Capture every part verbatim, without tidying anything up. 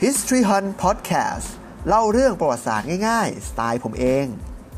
History Hunt Podcast เล่าเรื่องประวัติศาสตร์ง่ายๆสไตล์ผมเอง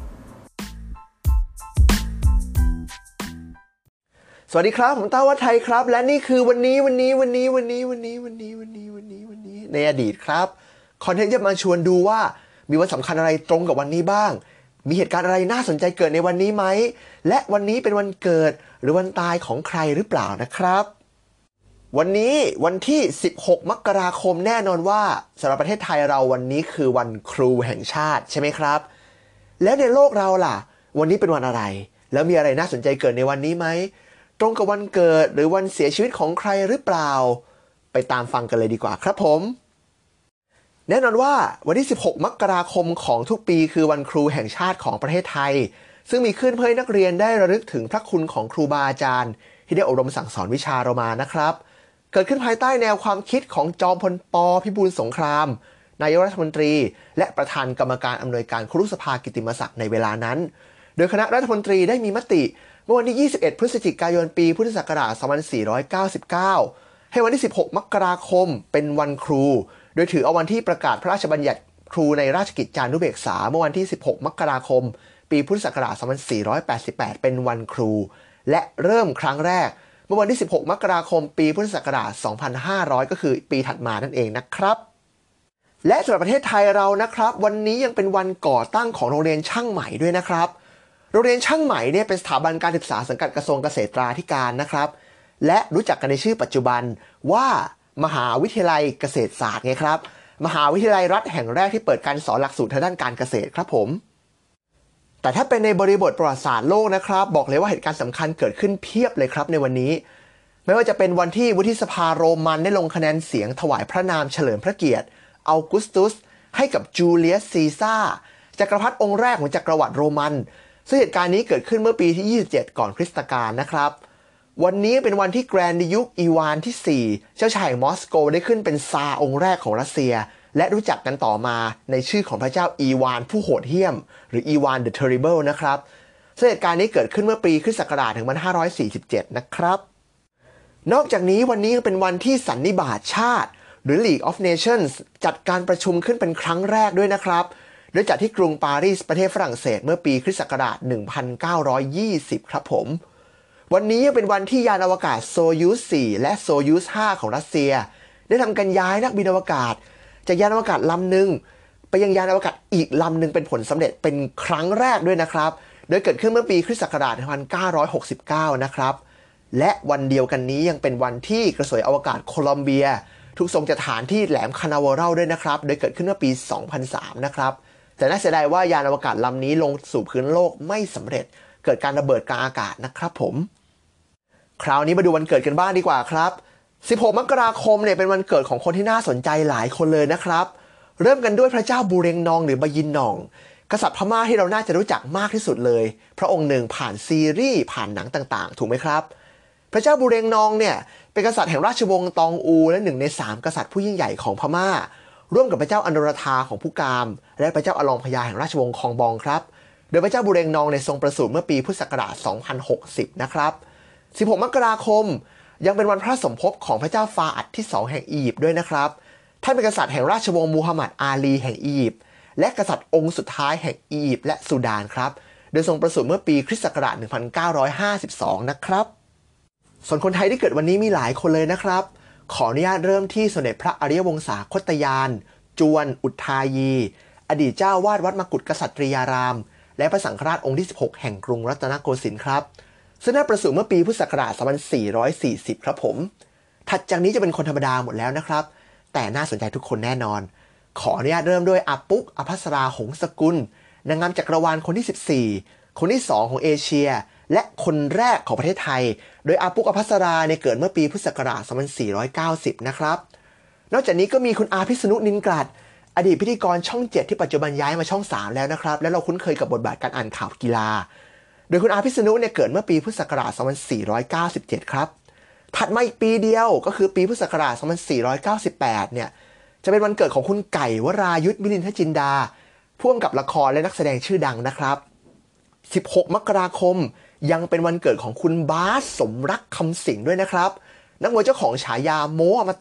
สวัสดีครับผมต้าวัฒน์ไทยครับและนี่คือวันนี้วันนี้วันนี้วันนี้วันนี้วันนี้วันนี้วันนี้วันนี้ในอดีตครับคอนเทนต์จะมาชวนดูว่ามีวันสำคัญอะไรตรงกับวันนี้บ้างมีเหตุการณ์อะไรน่าสนใจเกิดในวันนี้ไหมและวันนี้เป็นวันเกิดหรือวันตายของใครหรือเปล่านะครับวันนี้วันที่สิบหกมกราคมแน่นอนว่าสำหรับประเทศไทยเราวันนี้คือวันครูแห่งชาติใช่ไหมครับแล้วในโลกเราล่ะวันนี้เป็นวันอะไรแล้วมีอะไรน่าสนใจเกิดในวันนี้ไหมตรงกับวันเกิดหรือวันเสียชีวิตของใครหรือเปล่าไปตามฟังกันเลยดีกว่าครับผมแน่นอนว่าวันที่สิบหกมกราคมของทุกปีคือวันครูแห่งชาติของประเทศไทยซึ่งมีขึ้นเพื่อให้นักเรียนได้ระลึกถึงพระคุณของครูบาอาจารย์ที่ได้อบรมสั่งสอนวิชาเรามานะครับเกิดขึ้นภายใต้แนวความคิดของจอมพลป.พิบูลสงครามนายกรัฐมนตรีและประธานกรรมการอำนวยการครุสภากิตติมศักดิ์ในเวลานั้นโดยคณะรัฐมนตรีได้มีมติเมื่อวันที่ยี่สิบเอ็ดพฤศจิกายนปีพุทธศักราชสองพันสี่ร้อยเก้าสิบเก้าให้วันที่สิบหกมกราคมเป็นวันครูโดยถือเอาวันที่ประกาศพระราชบัญญัติครูในราชกิจจานุเบกษาเมื่อวันที่สิบหกมกราคมปีพุทธศักราชสองพันสี่ร้อยแปดสิบแปดเป็นวันครูและเริ่มครั้งแรกเมื่อวันที่สิบหกมกราคมปีพุทธศักราชสองพันห้าร้อยก็คือปีถัดมานั่นเองนะครับและสำหรับประเทศไทยเรานะครับวันนี้ยังเป็นวันก่อตั้งของโรงเรียนช่างไหมด้วยนะครับโรงเรียนช่างไหมเนี่ยเป็นสถาบันการศึกษาสังกัดกระทรวงเกษตราธิการนะครับและรู้จักกันในชื่อปัจจุบันว่ามหาวิทยาลัยเกษตรศาสตร์ไงครับมหาวิทยาลัยรัฐแห่งแรกที่เปิดการสอนหลักสูตรทางด้านการเกษตรครับผมแต่ถ้าเป็นในบริบทประวัติศาสตร์โลกนะครับบอกเลยว่าเหตุการณ์สำคัญเกิดขึ้นเพียบเลยครับในวันนี้ไม่ว่าจะเป็นวันที่วุฒิสภาโรมันได้ลงคะแนนเสียงถวายพระนามเฉลิมพระเกียรติอัลกุสตุสให้กับจูเลียสซีซ่าจักรพรรดิองค์แรกของจักรวรรดิโรมันซึ่งเหตุการณ์นี้เกิดขึ้นเมื่อปีที่ยี่สิบเจ็ดก่อนคริสตกาลนะครับวันนี้เป็นวันที่แกรนดิยุคอีวานที่สี่เจ้าชายมอสโกได้ขึ้นเป็นซาร์องค์แรกของรัสเซียและรู้จักกันต่อมาในชื่อของพระเจ้าอีวานผู้โหดเหี้ยมหรืออีวานเดอะเทอริเบิลนะครับซึ่งเหตุการณ์นี้เกิดขึ้นเมื่อปีคริสต์ศักราชหนึ่งพันห้าร้อยสี่สิบเจ็ดนะครับนอกจากนี้วันนี้เป็นวันที่สันนิบาตชาติหรือ League of Nations จัดการประชุมขึ้นเป็นครั้งแรกด้วยนะครับโดยจัดที่กรุงปารีสประเทศฝรั่งเศสเมื่อปีคริสต์ศักราชหนึ่งพันเก้าร้อยยี่สิบครับผมวันนี้ยังเป็นวันที่ยานอวกาศโซยูสสี่และโซยูสห้าของรัสเซียได้ทำการย้ายนักบินอวกาศจากยานอวกาศลำหนึ่งไปยังยานอวกาศอีกลำหนึ่งเป็นผลสำเร็จเป็นครั้งแรกด้วยนะครับโดยเกิดขึ้นเมื่อปีคริสต์ศักราชหนึ่งพันเก้าร้อยหกสิบเก้านะครับและวันเดียวกันนี้ยังเป็นวันที่กระสวยอวกาศโคลอมเบียถูกส่งจากฐานที่แหลมคานาเวอรัลด้วยนะครับโดยเกิดขึ้นเมื่อปีสองพันสามนะครับแต่น่าเสียดายว่ายานอวกาศลำนี้ลงสู่พื้นโลกไม่สำเร็จเกิดการระเบิดกลางอากาศนะครับผมคราวนี้มาดูวันเกิดกันบ้างดีกว่าครับสิบหกมกราคมเนี่ยเป็นวันเกิดของคนที่น่าสนใจหลายคนเลยนะครับเริ่มกันด้วยพระเจ้าบูเรงนองหรือบายินนองกษัตริย์พม่าที่เราน่าจะรู้จักมากที่สุดเลยพระองค์หนึ่งผ่านซีรีส์ผ่านหนังต่างๆถูกไหมครับพระเจ้าบูเรงนองเนี่ยเป็นกษัตริย์แห่งราชวงศ์ตองอูและหนึ่งในสามกษัตริย์ผู้ยิ่งใหญ่ของพม่าร่วมกับพระเจ้าอโนรธาของผู้กามและพระเจ้าอลองพญาแห่งราชวงศ์คองบองครับโดยพระเจ้าบูเรงนองในทรงประสูติเมื่อปีพุทธศักราชสองพันหกสิบนะครับสิบหกมกราคมยังเป็นวันพระสมภพของพระเจ้าฟาอัดที่สองแห่งอียิปต์ด้วยนะครับท่านเป็นกษัตริย์แห่งราชวงศ์มูฮัมหมัดอาลีแห่งอียิปต์และกษัตริย์องค์สุดท้ายแห่งอียิปต์และซูดานครับโดยทรงประสูติเมื่อปีคริสต์ศักราชหนึ่งพันเก้าร้อยห้าสิบสองนะครับส่วนคนไทยที่เกิดวันนี้มีหลายคนเลยนะครับขออนุญาตเริ่มที่สมเด็จพระอริยวงศาคตยานจวนอุทายีอดีตเจ้าวาดวัดมกุฏกษัตริยารามและพระสังฆราชองค์ที่สิบหกแห่งกรุงรัตนโกสินทร์ครับซึ่งได้ประสูติเมื่อปีพุทธศักราชสองพันสี่ร้อยสี่สิบครับผมถัดจากนี้จะเป็นคนธรรมดาหมดแล้วนะครับแต่น่าสนใจทุกคนแน่นอนขออนุญาตเริ่มด้วยอาปุ๊กอภัสราหงสกุลนางงามจักรวาลคนที่สิบสี่คนที่สองของเอเชียและคนแรกของประเทศไทยโดยอาปุ๊กอภัสราเนี่ยเกิดเมื่อปีพุทธศักราชสองพันสี่ร้อยเก้าสิบนะครับนอกจากนี้ก็มีคุณอาพิษณุนินกลัดอดีตพิธีกรช่องเจ็ดที่ปัจจุบันย้ายมาช่องสามแล้วนะครับและเราคุ้นเคยกับบทบาทการอ่านข่าวกีฬาโดยคุณอาพิษณุเนี่ยเกิดเมื่อปีพุทธศักราชสองพันสี่ร้อยเก้าสิบเจ็ดครับถัดมาอีกปีเดียวก็คือปีพุทธศักราชสองพันสี่ร้อยเก้าสิบแปดเนี่ยจะเป็นวันเกิดของคุณไก่วรายุทธมิลินทจินดาผู้กำกับละครและนักแสดงชื่อดังนะครับสิบหกมกราคมยังเป็นวันเกิดของคุณบาสสมรักคำสิงห์ด้วยนะครับนักมวยเจ้าของฉายาโมอมตะ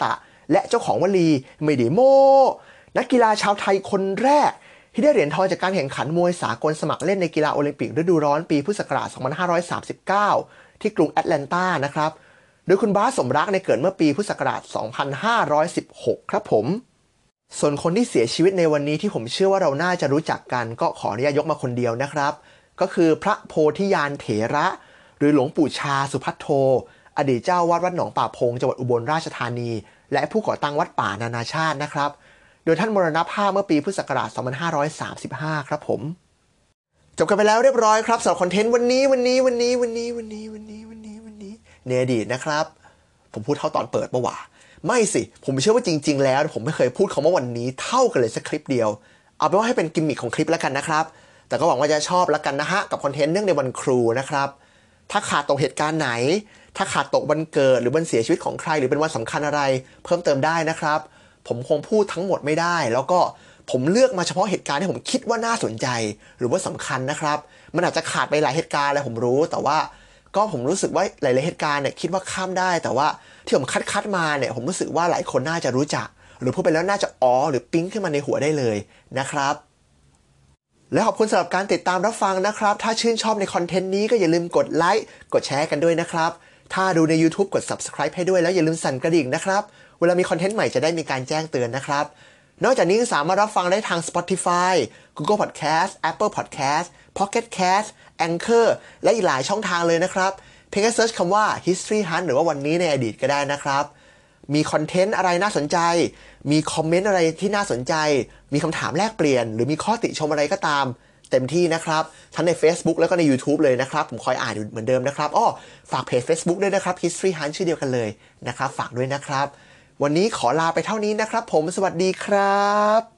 และเจ้าของวลีไม่ได้โม้นักกีฬาชาวไทยคนแรกที่ได้เหรียญทองจากการแข่งขันมวยสากลสมัครเล่นในกีฬาโอลิมปิกฤดูร้อนปีพุทธศักราช สองพันห้าร้อยสามสิบเก้า ที่กรุงแอตแลนตานะครับโดยคุณบาสสมรักในเกิดเมื่อปีพุทธศักราช สองพันห้าร้อยสิบหก ครับผมส่วนคนที่เสียชีวิตในวันนี้ที่ผมเชื่อว่าเราน่าจะรู้จักกันก็ขออนุญาตยกมาคนเดียวนะครับก็คือพระโพธิญาณเถระหรือหลวงปู่ชาสุภัทโทอดีตเจ้าวาดวัดหนองป่าพงจังหวัดอุบลราชธานีและผู้ก่อตั้งวัดป่านานาชาตินะครับโดยท่านมรณภาพเมื่อปีพุทธศักราช สองพันห้าร้อยสามสิบห้า ครับผมจบกันไปแล้วเรียบร้อยครับสำหรับคอนเทนต์วันนี้วันนี้วันนี้วันนี้วันนี้วันนี้วันนี้วันนี้ในอดีตนะครับผมพูดเท่าตอนเปิดปะวะไม่สิผมเชื่อว่าจริงๆแล้วผมไม่เคยพูดคำว่าวันนี้เท่ากันเลยสักคลิปเดียวเอาเป็นว่าให้เป็นกิมมิคของคลิปแล้วกันนะครับแต่ก็หวังว่าจะชอบแล้วกันนะฮะกับคอนเทนต์เนื่องในวันครูนะครับถ้าขาดตกเหตุการณ์ไหนถ้าขาดตกวันเกิดหรือวันเสียชีวิตของใครหรือเป็นวันสำคัญอะไรเพิ่มเติมได้นะครับผมคงพูดทั้งหมดไม่ได้แล้วก็ผมเลือกมาเฉพาะเหตุการณ์ที่ผมคิดว่าน่าสนใจหรือว่าสำคัญนะครับมันอาจจะขาดไปหลายเหตุการณ์เลยผมรู้แต่ว่าก็ผมรู้สึกว่าหลายๆเหตุการณ์เนี่ยคิดว่าข้ามได้แต่ว่าที่ผมคัดคัดมาเนี่ยผมรู้สึกว่าหลายคนน่าจะรู้จักหรือพูดไปแล้วน่าจะอ๋อหรือปิ๊งขึ้นมาในหัวได้เลยนะครับและขอบคุณสำหรับการติดตามรับฟังนะครับถ้าชื่นชอบในคอนเทนต์นี้ก็อย่าลืมกดไลค์กดแชร์กันด้วยนะครับถ้าดูใน YouTube กด Subscribe ให้ด้วยแล้วอย่าลืมสั่นกระดิ่งนะครับเวลามีคอนเทนต์ใหม่จะได้มีการแจ้งเตือนนะครับนอกจากนี้ก็สามารถรับฟังได้ทาง Spotify Google Podcast Apple Podcast Pocket Cast Anchor และอีกหลายช่องทางเลยนะครับเพียงแค่เซิร์ชคำว่า History Hunt หรือว่าวันนี้ในอดีตก็ได้นะครับมีคอนเทนต์อะไรน่าสนใจมีคอมเมนต์อะไรที่น่าสนใจมีคำถามแลกเปลี่ยนหรือมีข้อติชมอะไรก็ตามเต็มที่นะครับทั้งใน Facebook แล้วก็ใน YouTube เลยนะครับผมคอยอ่านอยู่เหมือนเดิมนะครับอ้อฝากเพจ Facebook ด้วยนะครับ History Hunt ชื่อเดียวกันเลยนะครับฝากด้วยนะครับวันนี้ขอลาไปเท่านี้นะครับผมสวัสดีครับ